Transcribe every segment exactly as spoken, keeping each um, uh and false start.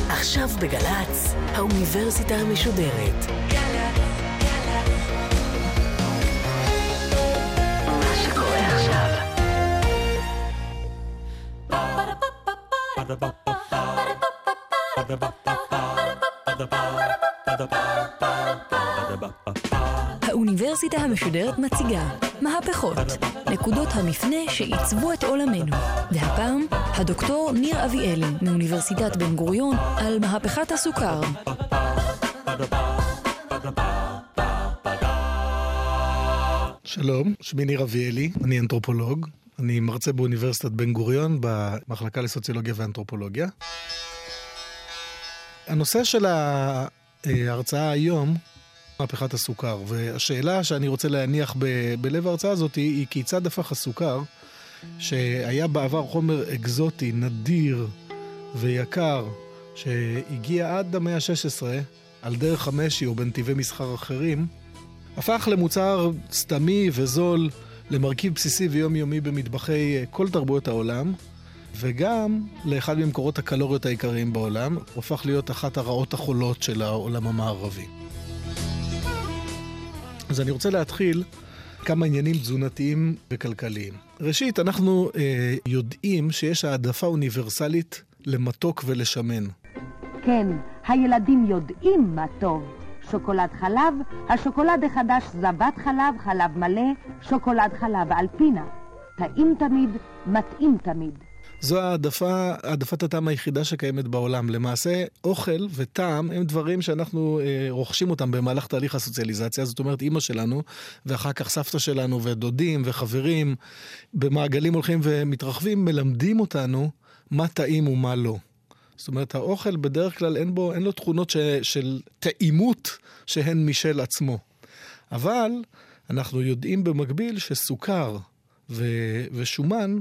עכשיו בגלץ, האוניברסיטה המשודרת. מה שקורה עכשיו. האוניברסיטה המשודרת מציגה מהפכות, נקודות המפנה שעיצבו את עולמנו. והפעם, הדוקטור ניר אביאלי מאוניברסיטת בן גוריון על מהפכת הסוכר. שלום, שמי ניר אביאלי, אני אנתרופולוג. אני מרצה באוניברסיטת בן גוריון במחלקה לסוציולוגיה ואנתרופולוגיה. הנושא של ההרצאה היום, מהפכת הסוכר, והשאלה שאני רוצה להניח ב- בלב ההרצאה הזאת היא כיצד הפך הסוכר, שהיה בעבר חומר אקזוטי, נדיר ויקר, שהגיע עד המאה ה-שש עשרה, על דרך המשי או בנתיבי מסחר אחרים, הפך למוצר סתמי וזול, למרכיב בסיסי ויומיומי במטבחי כל תרבויות העולם, וגם לאחד ממקורות הקלוריות העיקריים בעולם, הוא הפך להיות אחת הרעות החולות של העולם המערבי. אז אני רוצה להתחיל כמה עניינים תזונתיים וכלכליים. ראשית, אנחנו אה, יודעים שיש העדפה אוניברסלית למתוק ולשמן. כן, הילדים יודעים מה טוב. שוקולד חלב, השוקולד החדש זבת חלב, חלב מלא, שוקולד חלב אלפינה. טעים תמיד, מתאים תמיד. זו העדפה, העדפת הטעם היחידה שקיימת בעולם. למעשה, אוכל וטעם הם דברים שאנחנו אה, רוכשים אותם במהלך תהליך הסוציאליזציה. זאת אומרת, אמא שלנו, ואחר כך סבתא שלנו, ודודים וחברים, במעגלים הולכים ומתרחבים, מלמדים אותנו מה טעים ומה לא. זאת אומרת, האוכל בדרך כלל אין בו, אין לו תכונות ש, של טעימות שהן משל עצמו. אבל אנחנו יודעים במקביל שסוכר ו, ושומן,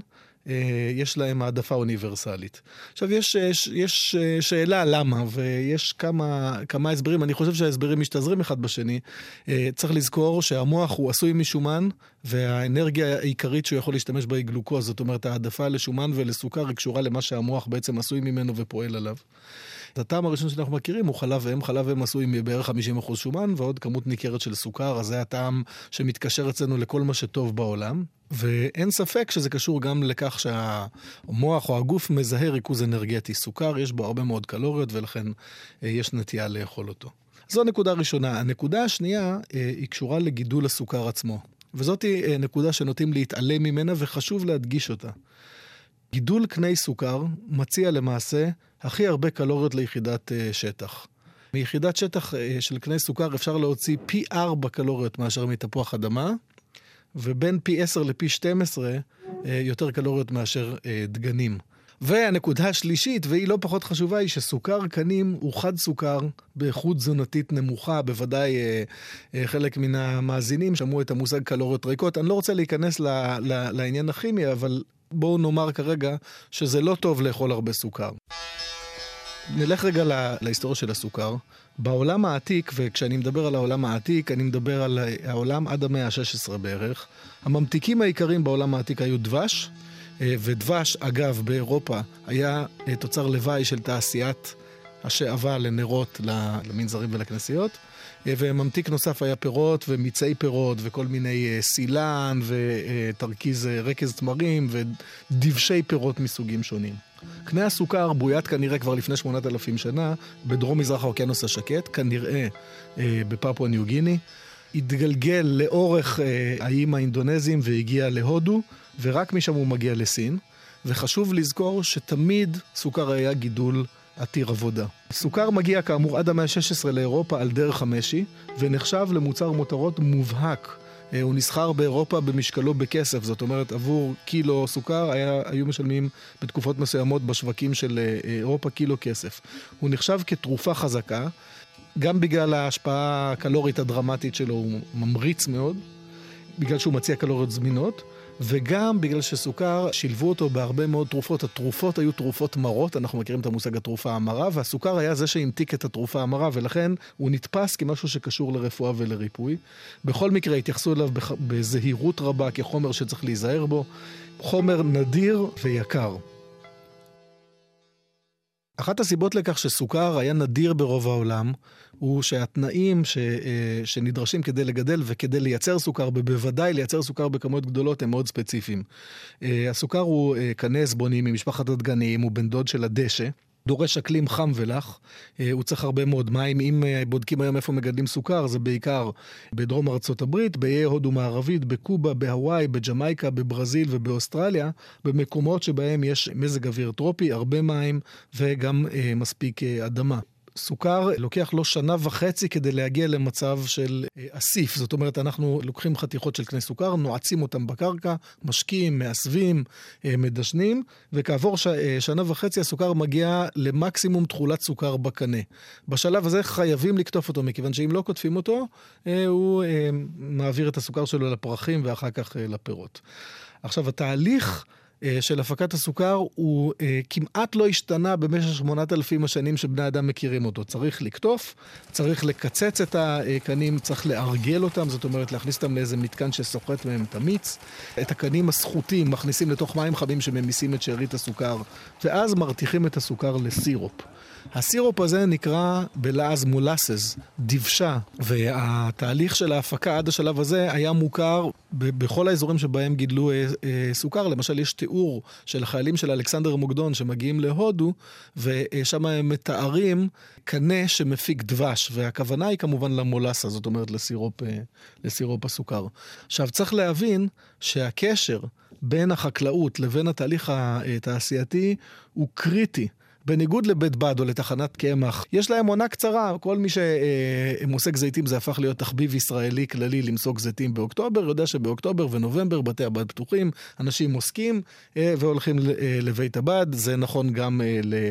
יש להם העדפה אוניברסלית. עכשיו, יש, יש, יש שאלה למה, ויש כמה, כמה הסברים. אני חושב שההסברים משתזרים אחד בשני. צריך לזכור שהמוח הוא עשוי משומן, והאנרגיה העיקרית שהוא יכול להשתמש בה היא גלוקוז. זאת אומרת, העדפה לשומן ולסוכר היא קשורה למה שהמוח בעצם עשוי ממנו ופועל עליו. הטעם הראשון שאנחנו מכירים הוא חלב אם. חלב אם עשוי מבערך חמישים אחוז שומן, ועוד כמות ניכרת של סוכר. אז זה הטעם שמתקשר אצלנו לכל מה שטוב בעולם. ואין ספק שזה קשור גם לכך שהמוח או הגוף מזהה ריכוז אנרגטי. סוכר יש בו הרבה מאוד קלוריות, ולכן יש נטייה לאכול אותו. זו נקודה ראשונה. הנקודה השנייה היא קשורה לגידול הסוכר עצמו. וזאת היא נקודה שנוטים להתעלם ממנה, וחשוב להדגיש אותה. גידול קני סוכר מציע למעשה הכי הרבה קלוריות ליחידת שטח. מיחידת שטח של קני סוכר אפשר להוציא פי ארבע קלוריות מאשר מתפוח אדמה, ובין פי עשר לפי שתים עשרה יותר קלוריות מאשר דגנים. והנקודה השלישית, והיא לא פחות חשובה, היא שסוכר קנים הוא חד סוכר באיכות תזונתית נמוכה. בוודאי חלק מן המאזינים שמעו את המושג קלוריות ריקות. אני לא רוצה להיכנס ל- ל- לעניין הכימי, אבל בואו נאמר כרגע שזה לא טוב לאכול הרבה סוכר. נלך רגע לה, להיסטוריה של הסוכר. בעולם העתיק, וכשאני מדבר על העולם העתיק, אני מדבר על העולם עד המאה ה-שש עשרה בערך. הממתיקים העיקריים בעולם העתיק היו דבש, ודבש, אגב, באירופה היה תוצר לוואי של תעשיית השאבה לנרות, למנזרים ולכנסיות. וממתיק נוסף היה פירות ומיצי פירות וכל מיני סילן ותרכיז רכז תמרים ודבשי פירות מסוגים שונים. קנה הסוכר בוית כנראה כבר לפני שמונת אלפים שנה בדרום מזרח האוקיינוס השקט, כנראה בפפואה ניו גיני. התגלגל לאורך האיים האינדונזיים והגיע להודו, ורק משם הוא מגיע לסין. וחשוב לזכור שתמיד סוכר היה גידול עתיר עבודה. סוכר מגיע כאמור עד המאה ה-שש עשרה לאירופה על דרך המשי, ונחשב למוצר מותרות מובהק. הוא נסחר באירופה במשקלו בכסף, זאת אומרת עבור קילו סוכר היה, היו משלמים בתקופות מסוימות בשווקים של אירופה קילו כסף. הוא נחשב כתרופה חזקה, גם בגלל ההשפעה הקלורית הדרמטית שלו הוא ממריץ מאוד, בגלל שהוא מציע קלוריות זמינות, וגם בגלל שסוכר שילבו אותו בהרבה מאוד תרופות. התרופות היו תרופות מרות, אנחנו מכירים את המושג התרופה המרה, והסוכר היה זה שהמתיק את התרופה המרה, ולכן הוא נתפס כמשהו שקשור לרפואה ולריפוי. בכל מקרה התייחסו אליו בזהירות רבה כחומר שצריך להיזהר בו, חומר נדיר ויקר. אחת הסיבות לכך שסוכר היה נדיר ברוב העולם, הוא שהתנאים ש, שנדרשים כדי לגדל וכדי לייצר סוכר, בוודאי לייצר סוכר בכמויות גדולות, הם מאוד ספציפיים. הסוכר הוא קנה עזבוני ממשפחת הדגנים, הוא בן דוד של הדשא, דורש אקלים חם ולח, הוא צריך הרבה מאוד מים. אם בודקים היום איפה מגדלים סוכר, זה בעיקר בדרום ארצות הברית, באיי הודו מערבית, בקובה, בהוואי, בג'מייקה, בברזיל ובאוסטרליה, במקומות שבהם יש מזג אוויר טרופי, הרבה מים וגם אה, מספיק אה, אדמה. סוכר לוקח לו שנה וחצי כדי להגיע למצב של אסיף. זאת אומרת, אנחנו לוקחים חתיכות של קנה סוכר, נועצים אותם בקרקע, משקים, מאסבים, מדשנים, וכעבור ש... שנה וחצי הסוכר מגיע למקסימום תכולת סוכר בקנה. בשלב הזה חייבים לקטוף אותו, מכיוון שאם לא קוטפים אותו, הוא מעביר את הסוכר שלו לפרחים ואחר כך לפירות. עכשיו, התהליך של הפקת הסוכר הוא אה, כמעט לא השתנה במשך שמונת אלפים השנים שבני אדם מכירים אותו. צריך לקטוף, צריך לקצץ את הקנים, צריך לארגל אותם, זאת אומרת להכניס אותם לאיזה מתקן שסוחט מהם את המיץ. את הקנים הסחוטים מכניסים לתוך מים חמים שממיסים את שארית הסוכר, ואז מרתיחים את הסוכר לסירופ. הסירופ הזה נקרא בלעז מולסס, דבשה, והתהליך של ההפקה עד השלב הזה היה מוכר ב- בכל האזורים שבהם גידלו אה, אה, סוכר. למשל יש תיאור של החיילים של אלכסנדר מוקדון שמגיעים להודו, ושם הם מתארים קנה שמפיק דבש, והכוונה היא כמובן למולסה, זאת אומרת לסירופ, אה, לסירופ הסוכר. עכשיו צריך להבין שהקשר בין החקלאות לבין התהליך התעשייתי הוא קריטי. בניגוד לבית בד או לתחנת קמח, יש להם עונה קצרה. כל מי שמוסק זיתים זה הפך להיות תחביב ישראלי כללי למסוק זיתים באוקטובר, יודע שבאוקטובר ונובמבר בתי הבד פתוחים, אנשים מוסקים והולכים לבית הבד. זה נכון גם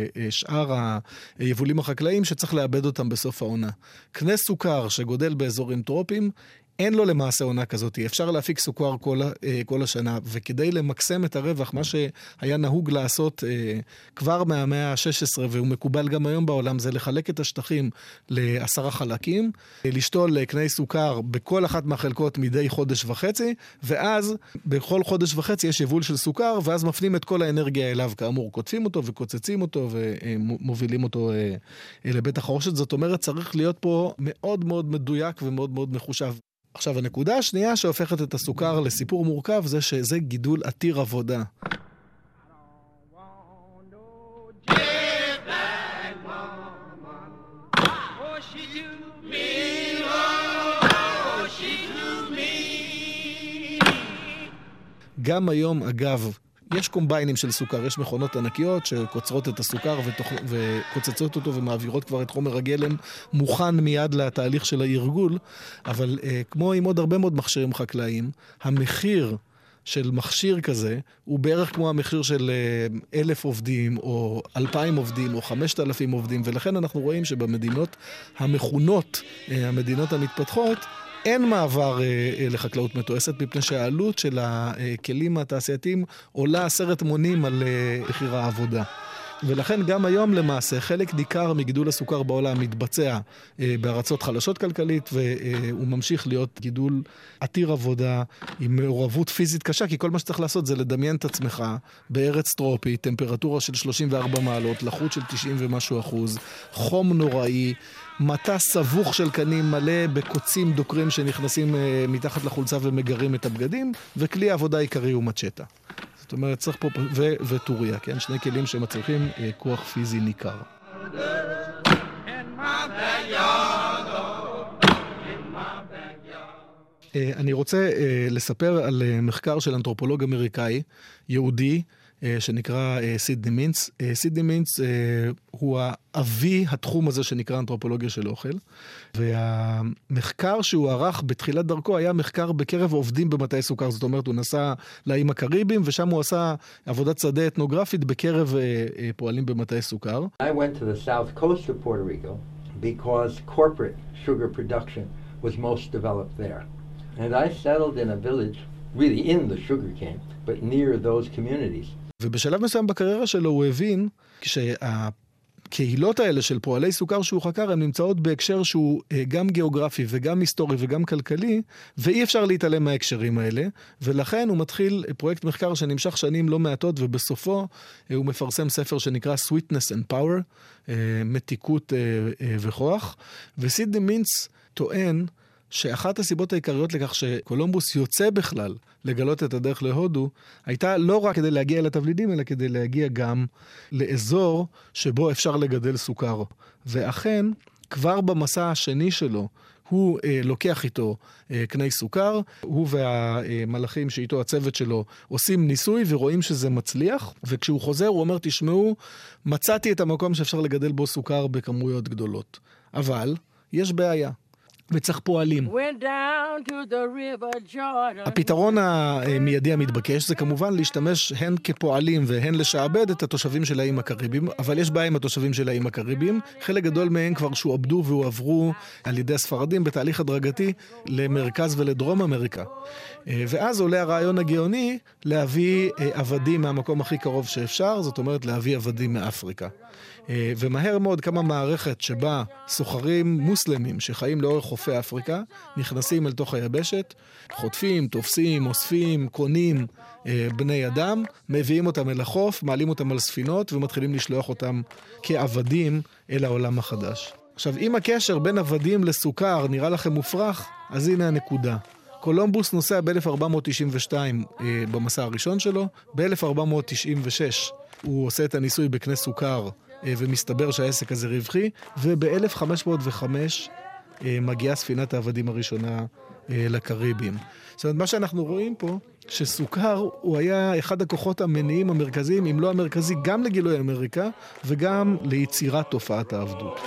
לשאר היבולים החקלאיים שצריך לאבד אותם בסוף העונה. קנה סוכר שגודל באזורים טרופיים, אין לו למעשה עונה כזאת, אפשר להפיק סוכר כל, כל השנה, וכדי למקסם את הרווח, מה שהיה נהוג לעשות כבר מהמאה ה-שש עשרה, והוא מקובל גם היום בעולם, זה לחלק את השטחים לעשרה חלקים, לשתול קני סוכר בכל אחת מהחלקות מדי חודש וחצי, ואז בכל חודש וחצי יש יבול של סוכר, ואז מפנים את כל האנרגיה אליו, כאמור, קוטפים אותו וקוצצים אותו, ומובילים אותו לבית החרושת. זאת אומרת, צריך להיות פה מאוד מאוד מדויק ומאוד מאוד מחושב. עכשיו, הנקודה השנייה שהופכת את הסוכר לסיפור מורכב זה שזה גידול עתיר עבודה. גם היום, אגב, יש קומביינים של סוכר, יש מכונות ענקיות שקוצרות את הסוכר ותוך... וקוצצות אותו ומעבירות כבר את חומר הגלם מוכן מיד לתהליך של הארגול, אבל אה, כמו עם עוד הרבה מאוד מכשירים חקלאיים, המחיר של מכשיר כזה הוא בערך כמו המחיר של אה, אלף עובדים או אלפיים עובדים או חמשת אלפים עובדים, ולכן אנחנו רואים שבמדינות המכונות, אה, המדינות המתפתחות, אין מעבר אה, לחקלאות מתועסת, מפני שהעלות של הכלים התעשייתיים עולה עשרת מונים על אה, מחיר העבודה. ולכן גם היום למעשה חלק ניכר מגידול הסוכר בעולם מתבצע אה, בארצות חלשות כלכלית, והוא ממשיך להיות גידול עתיר עבודה עם מעורבות פיזית קשה, כי כל מה שצריך לעשות זה לדמיין את עצמך בארץ טרופית, טמפרטורה של שלושים וארבע מעלות, לחות של תשעים ומשהו אחוז, חום נוראי, מטה סבוך של קנים מלא בקוצים דוקרים שנכנסים אה, מתחת לחולצה ומגרים את הבגדים, וכלי העבודה העיקרי הוא מצ'טה. זאת אומרת, צריך פה, ו- וטוריה, כן? שני כלים שמצריכים אה, כוח פיזי ניכר. אה, אני רוצה אה, לספר על אה, מחקר של אנתרופולוג אמריקאי, יהודי, שנקרא סידני מינץ. סידני מינץ הוא האבי התחום הזה שנקרא אנתרופולוגיה של אוכל, והמחקר שהוא ערך בתחילת דרכו היה מחקר בקרב עובדים במטעי סוכר. זאת אומרת, הוא נסע לאיים הקריביים, ושם הוא עשה עבודת שדה אתנוגרפית בקרב פועלים במטעי סוכר. I went to the south coast of Puerto Rico because corporate sugar production was most developed there. And I settled in a village really in the sugar cane, but near those communities. ובשלב מסוים בקריירה שלו הוא הבין הקהילות האלה של פועלי סוכר שהוא חקר, הן נמצאות בהקשר שהוא גם גיאוגרפי וגם היסטורי וגם כלכלי, ואי אפשר להתעלם מההקשרים האלה, ולכן הוא מתחיל פרויקט מחקר שנמשך שנים לא מעטות, ובסופו הוא מפרסם ספר שנקרא Sweetness and Power, מתיקות וכוח, וסידני מינץ טוען שאחת הסיבות העיקריות לכך שקולומבוס יוצא בכלל לגלות את הדרך להודו, הייתה לא רק כדי להגיע לתבלינים, אלא כדי להגיע גם לאזור שבו אפשר לגדל סוכר. ואכן, כבר במסע השני שלו, הוא אה, לוקח איתו אה, קני סוכר, הוא והמלאכים שאיתו הצוות שלו עושים ניסוי ורואים שזה מצליח, וכשהוא חוזר הוא אומר, תשמעו, מצאתי את המקום שאפשר לגדל בו סוכר בכמויות גדולות. אבל יש בעיה. וצריך פועלים. הפתרון המיידי המתבקש זה כמובן להשתמש הן כפועלים והן לשעבד את התושבים של האיים הקריביים, אבל יש בעיה עם התושבים של האיים הקריביים. חלק גדול מהם כבר שועבדו והועברו על ידי הספרדים בתהליך הדרגתי למרכז ולדרום אמריקה. ואז עולה הרעיון הגאוני להביא עבדים מהמקום הכי קרוב שאפשר, זאת אומרת להביא עבדים מאפריקה. ומהר מאוד כמה מערכת שבה סוחרים מוסלמים שחיים לאורך חופי אפריקה, נכנסים אל תוך היבשת, חוטפים, תופסים, אוספים, קונים בני אדם, מביאים אותם אל החוף, מעלים אותם על ספינות ומתחילים לשלוח אותם כעבדים אל העולם החדש. עכשיו, אם הקשר בין עבדים לסוכר נראה לכם מופרך, אז הנה הנקודה. קולומבוס נוסע ב-אלף ארבע מאות תשעים ושתיים אה, במסע הראשון שלו, ב-אלף ארבע מאות תשעים ושש הוא עושה את הניסוי בקנה סוכר, אה, ומסתבר שהעסק הזה רווחי, וב-אלף חמש מאות וחמש אה, מגיעה ספינת העבדים הראשונה אה, לקריבים. זאת אומרת, מה שאנחנו רואים פה, שסוכר הוא היה אחד הכוחות המניעים המרכזיים, אם לא המרכזי, גם לגילוי אמריקה, וגם ליצירת תופעת העבדות.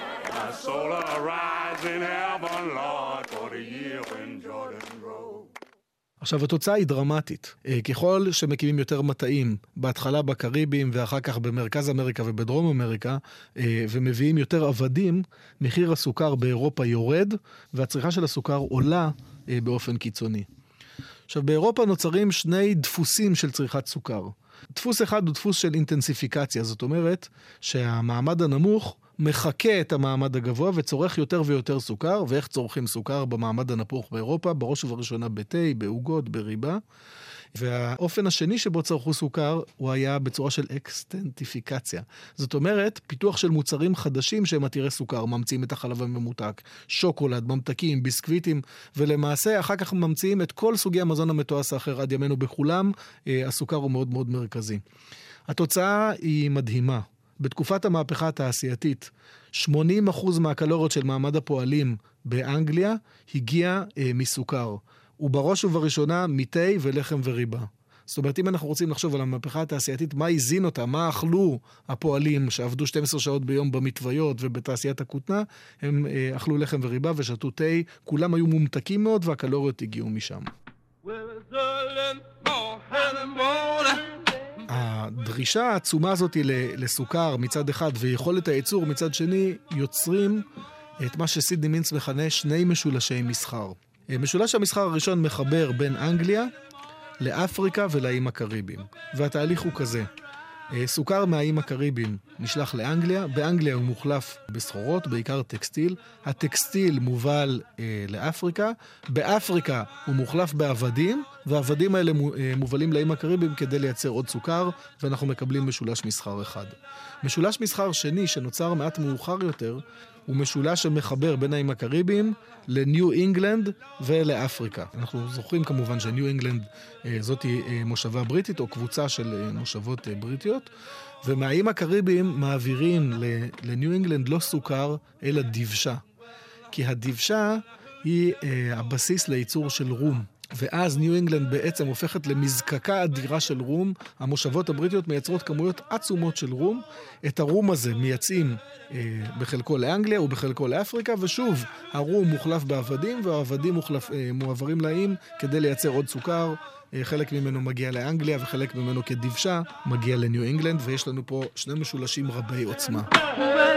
עכשיו, התוצאה היא דרמטית. ככל שמקימים יותר מטעים, בהתחלה בקריבים ואחר כך במרכז אמריקה ובדרום אמריקה, ומביאים יותר עבדים, מחיר הסוכר באירופה יורד, והצריכה של הסוכר עולה באופן קיצוני. עכשיו, באירופה נוצרים שני דפוסים של צריכת סוכר. דפוס אחד הוא דפוס של אינטנסיפיקציה, זאת אומרת שהמעמד הנמוך מחכה את המעמד הגבוה וצורך יותר ויותר סוכר, ואיך צורכים סוכר במעמד הנפוך באירופה, בראש ובראשונה בתה, בעוגות, בריבה. והאופן השני שבו צרכו סוכר הוא היה בצורה של אקסטנטיפיקציה. זאת אומרת, פיתוח של מוצרים חדשים שהם עתירי סוכר, ממציאים את החלב הממותק, שוקולד, ממתקים, ביסקוויטים, ולמעשה אחר כך ממציאים את כל סוגי המזון המתועש האחר עד ימינו בכולם, הסוכר הוא מאוד מאוד מרכזי. התוצאה היא מדהימה. בתקופת המהפכה התעשייתית, שמונים אחוז מהקלוריות של מעמד הפועלים באנגליה הגיע אה, מסוכר. ובראש ובראשונה מתה ולחם וריבה. זאת אומרת, אם אנחנו רוצים לחשוב על המהפכה התעשייתית, מה הזין אותה, מה אכלו הפועלים שעבדו שתים עשרה שעות ביום במטוויות ובתעשיית הכותנה, הם אה, אכלו לחם וריבה ושתו תה, כולם היו מומתקים מאוד והקלוריות הגיעו משם. הדרישה העצומה הזאת לסוכר מצד אחד ויכולת הייצור מצד שני יוצרים את מה שסידני מינץ מכנה שני משולשי מסחר. משולש המסחר הראשון מחבר בין אנגליה לאפריקה ולאיים הקריביים. והתהליך הוא כזה. סוכר מהאיים הקריביים נשלח לאנגליה, באנגליה הוא מוחלף בסחורות, בעיקר טקסטיל, הטקסטיל מובל אה, לאפריקה, באפריקה הוא מוחלף בעבדים, והעבדים האלה מובלים לאיים הקריביים כדי לייצר עוד סוכר, ואנחנו מקבלים משולש מסחר אחד. משולש מסחר שני שנוצר מעט מאוחר יותר, הוא משולש שמחבר בין האיים הקריביים לניו אינגלנד ולאפריקה. אנחנו זוכרים כמובן שניו אינגלנד אה, זאת היא אה, מושבה בריטית או קבוצה של אה, מושבות אה, בריטיות, ומהאיים הקריביים מעבירים לניו אינגלנד לא סוכר אלא דבשה. כי הדבשה היא אה, הבסיס לייצור של רום. ואז ניו אינגלנד בעצם הופכת למזקקה אדירה של רום. המושבות הבריטיות מייצרות כמויות עצומות של רום. את הרום הזה מייצאים אה, בחלקו לאנגליה ובחלקו לאפריקה, ושוב, הרום מוחלף בעבדים, והעבדים מוחלף, אה, מועברים לאיים כדי לייצר עוד סוכר. אה, חלק ממנו מגיע לאנגליה, וחלק ממנו כדבשה מגיע לניו אינגלנד, ויש לנו פה שני משולשים רבי עוצמה.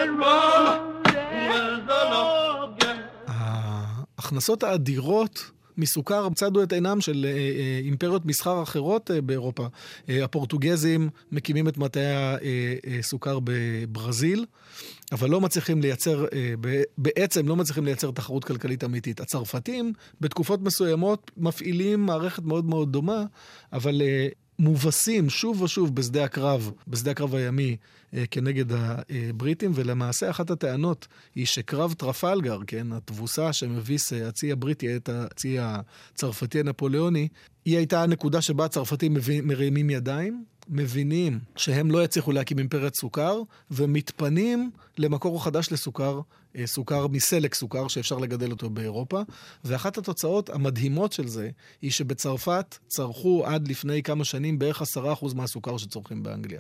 ההכנסות האדירות מסוכר צדו את עינם של אימפריות מסחר אחרות באירופה. הפורטוגזים מקימים את מטעי הסוכר בברזיל, אבל לא מצליחים לייצר, בעצם לא מצליחים לייצר תחרות כלכלית אמיתית. הצרפתים בתקופות מסוימות מפעילים מערכת מאוד מאוד דומה, אבל מובסים שוב ושוב בשדה הקרב, בשדה הקרב הימי כנגד הבריטים, ולמעשה אחת הטענות היא שקרב טרפלגר, כן, התבוסה שמביס הצי הבריטי את הצי הצרפתי הנפוליאוני, היא הייתה הנקודה שבה הצרפתים מרימים ידיים, מבינים שהם לא יצליחו להקים אימפריית סוכר, ומתפנים למקור חדש לסוכר, סוכר מסלק סוכר שאפשר לגדל אותו באירופה, ואחת התוצאות המדהימות של זה, היא שבצרפת צרכו עד לפני כמה שנים בערך עשרה אחוז מהסוכר שצורכים באנגליה.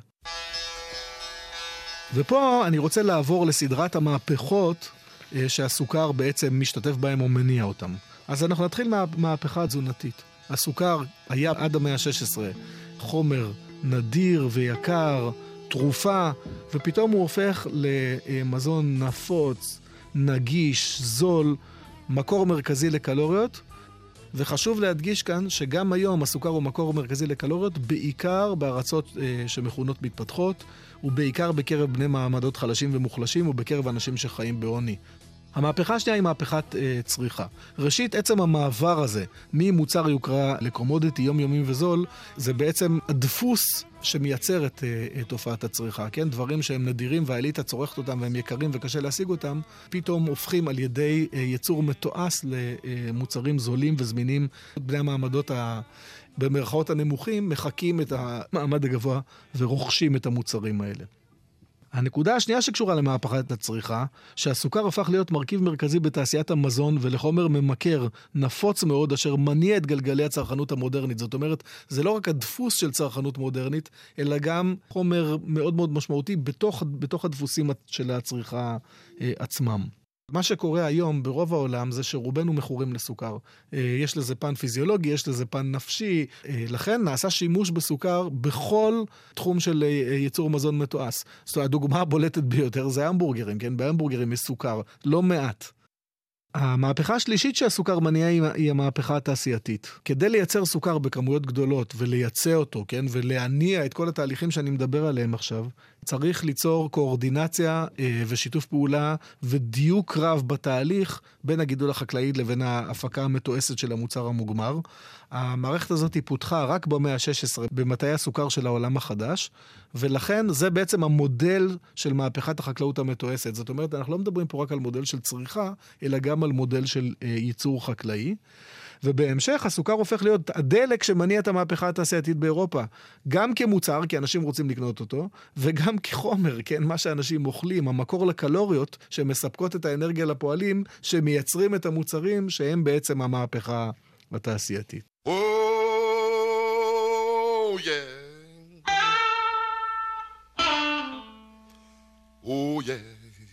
ופה אני רוצה לעבור לסדרת המהפכות שהסוכר בעצם משתתף בהם או מניע אותם. אז אנחנו נתחיל מהמהפכה התזונתית. הסוכר היה עד המאה ה-שש עשרה חומר נדיר ויקר, תרופה, ופתאום הוא הופך למזון נפוץ, נגיש, זול, מקור מרכזי לקלוריות, וחשוב להדגיש כאן שגם היום הסוכר הוא מקור מרכזי לקלוריות, בעיקר בארצות אה, שמכונות מתפתחות, ובעיקר בקרב בני מעמדות חלשים ומוחלשים, ובקרב אנשים שחיים בעוני. המהפכה השנייה היא מהפכת אה, צריכה. ראשית, עצם המעבר הזה ממוצר יוקרה לקומודיטי יומיומי וזול, זה בעצם הדפוס שמייצר את, אה, את תופעת הצריכה. כן? דברים שהם נדירים והאליטה צורכת אותם והם יקרים וקשה להשיג אותם, פתאום הופכים על ידי אה, יצור מתועש למוצרים זולים וזמינים. בני המעמדות ה... במרכאות הנמוכים מחקים את המעמד הגבוה ורוכשים את המוצרים האלה. הנקודה השנייה שקשורה למהפכת הצריכה, שהסוכר הפך להיות מרכיב מרכזי בתעשיית המזון ולחומר ממכר נפוץ מאוד, אשר מניע את גלגלי הצרכנות המודרנית. זאת אומרת, זה לא רק הדפוס של צרכנות מודרנית, אלא גם חומר מאוד מאוד משמעותי בתוך, בתוך הדפוסים של הצריכה אה, עצמם. מה שקורה היום ברוב העולם זה שרובנו מכורים לסוכר. יש לזה פן פיזיולוגי, יש לזה פן נפשי, לכן נעשה שימוש בסוכר בכל תחום של ייצור מזון מתועש. זאת אומרת, הדוגמה הבולטת ביותר זה המבורגרים, כן? בהמבורגרים יש סוכר, לא מעט. המהפכה השלישית שהסוכר מניע היא המהפכה התעשייתית. כדי לייצר סוכר בכמויות גדולות ולייצא אותו, כן, ולהניע את כל התהליכים שאני מדבר עליהם עכשיו, צריך ליצור קואורדינציה אה, ושיתוף פעולה ודיוק רב בתהליך בין הגידול החקלאי לבין ההפקה המתועסת של המוצר המוגמר. המערכת הזאת היא פותחה רק במאה ה-שש עשרה במטעי הסוכר של העולם החדש, ולכן זה בעצם המודל של מהפכת החקלאות המתועסת. זאת אומרת, אנחנו לא מדברים פה רק על מודל של צריכה, אלא גם על מודל של אה, ייצור חקלאי. ובהמשך הסוכר הופך להיות הדלק שמניע את המהפכה התעשייתית באירופה. גם כמוצר, כי אנשים רוצים לקנות אותו, וגם כחומר, כן, מה שאנשים אוכלים, המקור לקלוריות שמספקות את האנרגיה לפועלים, שמייצרים את המוצרים שהם בעצם המהפכה התעשייתית. Oh, yeah. Oh, yeah.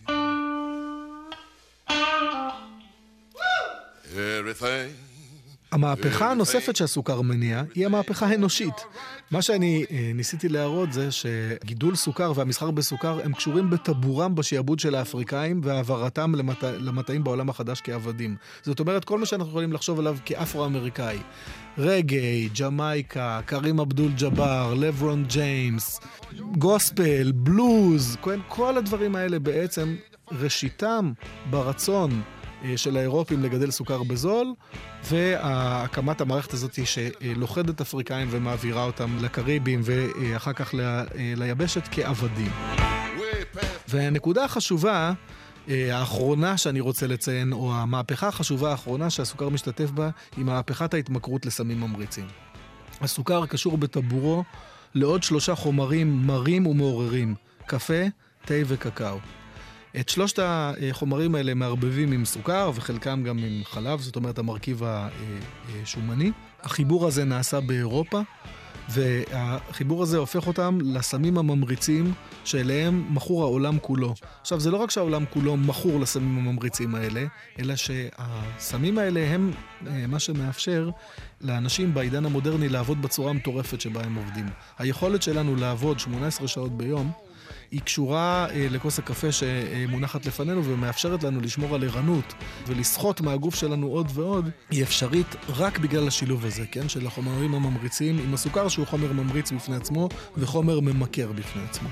Everything. המהפכה הנוספת שהסוכר מניע היא המהפכה האנושית. מה שאני אה, ניסיתי להראות זה שגידול סוכר והמסחר בסוכר הם קשורים בטבורם בשעבוד של האפריקאים והעברתם למת... למטעים בעולם החדש כעבדים. זאת אומרת, כל מה שאנחנו יכולים לחשוב עליו כאפרו-אמריקאי, רגעי, ג'מייקה, קרים אבדול ג'בר, לברון ג'יימס, גוספל, בלוז, כל הדברים האלה בעצם ראשיתם ברצון של האירופים לגדל סוכר בזול, והקמת המערכת הזאת שלוחדת אפריקאים ומעבירה אותם לקריבים ואחר כך ל... ליבשת כעבדים. והנקודה החשובה, האחרונה שאני רוצה לציין, או המהפכה החשובה האחרונה שהסוכר משתתף בה, היא מהפכת ההתמכרות לסמים ממריצים. הסוכר קשור בטבורו לעוד שלושה חומרים מרים ומעוררים, קפה, תה וקקאו. את שלושת החומרים האלה מערבבים עם סוכר וחלקם גם עם חלב, זאת אומרת המרכיב השומני. החיבור הזה נעשה באירופה, והחיבור הזה הופך אותם לסמים הממריצים שאליהם מכור העולם כולו. עכשיו, זה לא רק שהעולם כולו מכור לסמים הממריצים האלה, אלא שהסמים האלה הם מה שמאפשר לאנשים בעידן המודרני לעבוד בצורה המטורפת שבה הם עובדים. היכולת שלנו לעבוד שמונה עשרה שעות ביום, היא קשורה אה, לכוס הקפה שמונחת לפנינו ומאפשרת לנו לשמור על ערנות ולסחוט מהגוף שלנו עוד ועוד, היא אפשרית רק בגלל השילוב הזה, כן? של החומרים הממריצים עם הסוכר שהוא חומר ממריץ בפני עצמו וחומר ממכר בפני עצמו.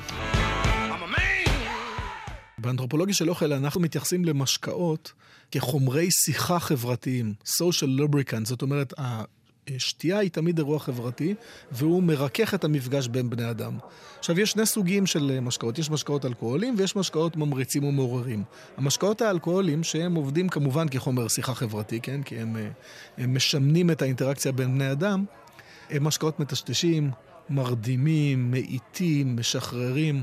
באנתרופולוגיה של אוכל אנחנו מתייחסים למשקאות כחומרי שיחה חברתיים, social lubricant, זאת אומרת, השתייה היא תמיד אירוע חברתי, והוא מרכך את המפגש בין בני אדם. עכשיו, יש שני סוגים של משקאות, יש משקאות אלכוהולים ויש משקאות ממריצים ומעוררים. המשקאות האלכוהולים, שהם עובדים כמובן כחומר שיחה חברתי, כן? כי הם, הם משמנים את האינטראקציה בין בני אדם, הם משקאות מטשטשים, מרדימים, מאיטים, משחררים.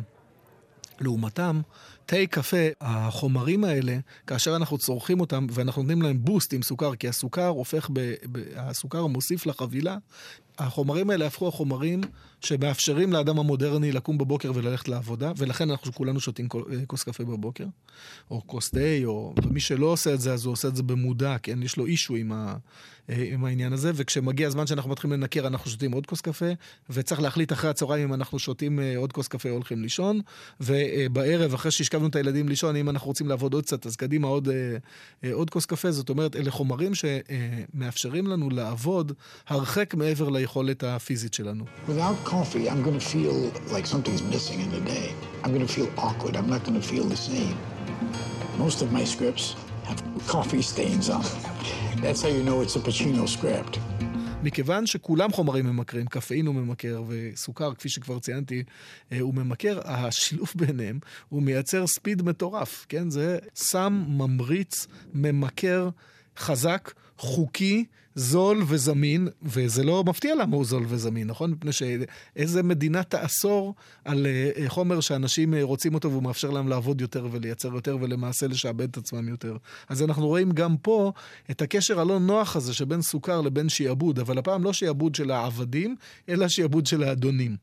לעומתם, תה, קפה, החומרים האלה, כאשר אנחנו צורכים אותם ואנחנו נותנים להם בוסט עם סוכר, כי הסוכר הופך, ב, ב, הסוכר מוסיף לחבילה, החומרים האלה הפכו החומרים שמאפשרים לאדם המודרני לקום בבוקר וללכת לעבודה, ולכן אנחנו כולנו שותים כוס קפה בבוקר, או כוס תה, או מי שלא עושה את זה, אז הוא עושה את זה במודע, כן? יש לו אישו עם, ה, עם העניין הזה, וכשמגיע הזמן שאנחנו מתחילים לנקר, אנחנו שותים עוד כוס קפה, וצריך להחליט אחרי הצהריים אם אנחנו שותים עוד כוס קפה או הולכים לישון, ובערב, אחרי שהשכבנו את הילדים לישון, אם אנחנו רוצים לעבוד עוד קצת, אז קדימה עוד, עוד כוס קפה, זאת אומרת, אלה חומרים שמאפשרים לנו לעבוד הרחק מעבר ליכולת הפיזית שלנו. Without coffee, I'm going to feel like something's missing in the day. I'm going to feel awkward. I'm not going to feel the same. Most of my scripts have coffee stains on them. That's how you know it's a Pacino script. מכיוון שכולם חומרים ממכרים, קפאין הוא ממכר וסוכר, כפי שכבר ציינתי, הוא ממכר, השילוב ביניהם הוא מייצר ספיד מטורף, כן? זה סם ממריץ, ממכר, חזק, חוקי, זול וזמין, וזה לא מפתיע למה הוא זול וזמין, נכון? מפני שאיזה מדינה תאסור על חומר שאנשים רוצים אותו והוא מאפשר להם לעבוד יותר ולייצר יותר ולמעשה לשעבד את עצמם יותר. אז אנחנו רואים גם פה את הקשר הלא נוח הזה שבין סוכר לבין שיעבוד, אבל הפעם לא שיעבוד של העבדים, אלא שיעבוד של האדונים.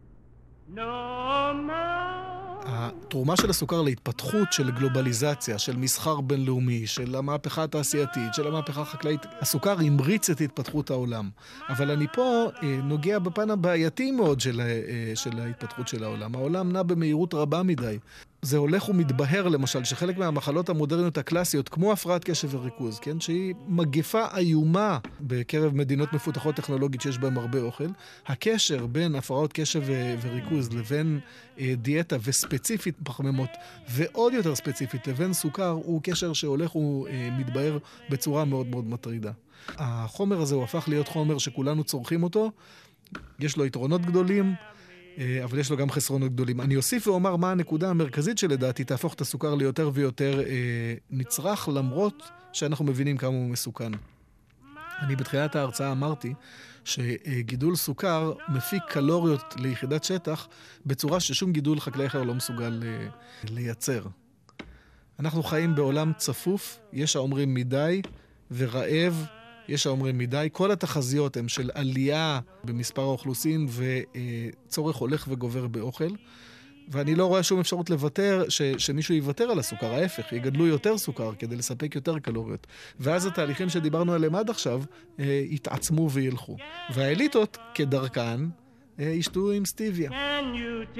No more. התרומה של הסוכר להתפתחות של גלובליזציה, של מסחר בינלאומי, של המהפכה התעשייתית, של המהפכה החקלאית, הסוכר המריץ את התפתחות העולם. אבל אני פה נוגע בפן הבעייתי מאוד של, של ההתפתחות של העולם. העולם נע במהירות רבה מדי. זה הולך ומתבהר למשל שחלק מהמחלות המודרניות הקלאסיות, כמו הפרעת קשב וריכוז, כן? שהיא מגפה איומה בקרב מדינות מפותחות טכנולוגית שיש בהן הרבה אוכל, הקשר בין הפרעות קשב וריכוז לבין אה, דיאטה וספציפית פחמימות ועוד יותר ספציפית לבין סוכר הוא קשר שהולך ומתבהר בצורה מאוד מאוד מטרידה. החומר הזה הוא הפך להיות חומר שכולנו צורכים אותו, יש לו יתרונות גדולים, אבל יש לו גם חסרונות גדולים. אני אוסיף ואומר מה הנקודה המרכזית שלדעתי תהפוך את הסוכר ליותר ויותר אה, נצרך, למרות שאנחנו מבינים כמה הוא מסוכן. אני בתחילת ההרצאה אמרתי שגידול סוכר מפיק קלוריות ליחידת שטח בצורה ששום גידול חקלאי אחר לא מסוגל אה, לייצר. אנחנו חיים בעולם צפוף, יש האומרים מדי ורעב, יש האומרים מדי, כל התחזיות הן של עלייה במספר האוכלוסין וצורך הולך וגובר באוכל, ואני לא רואה שום אפשרות לוותר, ש, שמישהו יוותר על הסוכר, ההפך, יגדלו יותר סוכר כדי לספק יותר קלוריות. ואז התהליכים שדיברנו עליהם עד עכשיו אה, יתעצמו וילכו. והאליטות, כדרכן, אה, ישתו עם סטיביה. Can you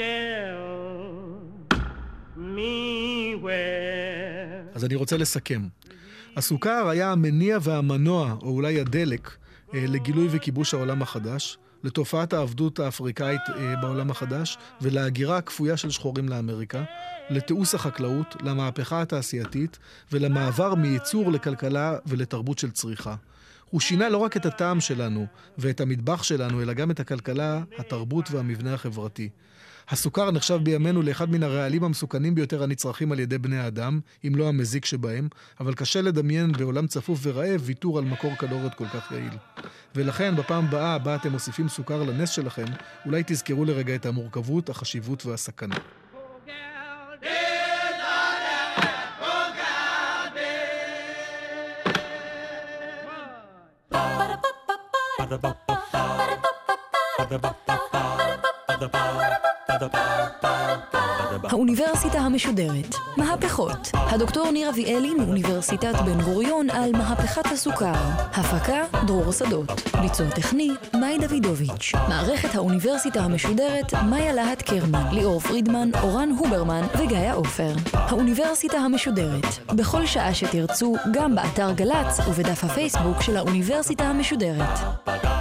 tell me where... אז אני רוצה לסכם. הסוכר היה המניע והמנוע, או אולי הדלק, לגילוי וכיבוש העולם החדש, לתופעת העבדות האפריקאית בעולם החדש, ולהגירה הכפויה של שחורים לאמריקה, לתיעוש החקלאות, למהפכה התעשייתית, ולמעבר מייצור לכלכלה ולתרבות של צריכה. הוא שינה לא רק את הטעם שלנו ואת המטבח שלנו, אלא גם את הכלכלה, התרבות והמבנה החברתי. הסוכר נחשב בימינו לאחד מן הרעלים המסוכנים ביותר הנצרכים על ידי בני האדם, אם לא המזיק שבהם, אבל קשה לדמיין בעולם צפוף ורעב ויתור על מקור קלוריות כל כך יעיל. ולכן בפעם הבאה בה אתם מוסיפים סוכר לנס שלכם, אולי תזכרו לרגע את המורכבות, החשיבות והסכנה. Ba-da-ba-ba-ba האוניברסיטה המשודרת. מהפכות. הדוקטור ניר אביאלי מאוניברסיטת בן גוריון על מהפכת הסוכר. הפקה דרור שדות. ביצוע טכני מאי דוידוביץ'. מערכת האוניברסיטה המשודרת מאיה להט קרמן, ליאור פרידמן, אורן הוברמן וגיא עופר. האוניברסיטה המשודרת. בכל שעה שתרצו, גם באתר גל"צ ובדף הפייסבוק של האוניברסיטה המשודרת.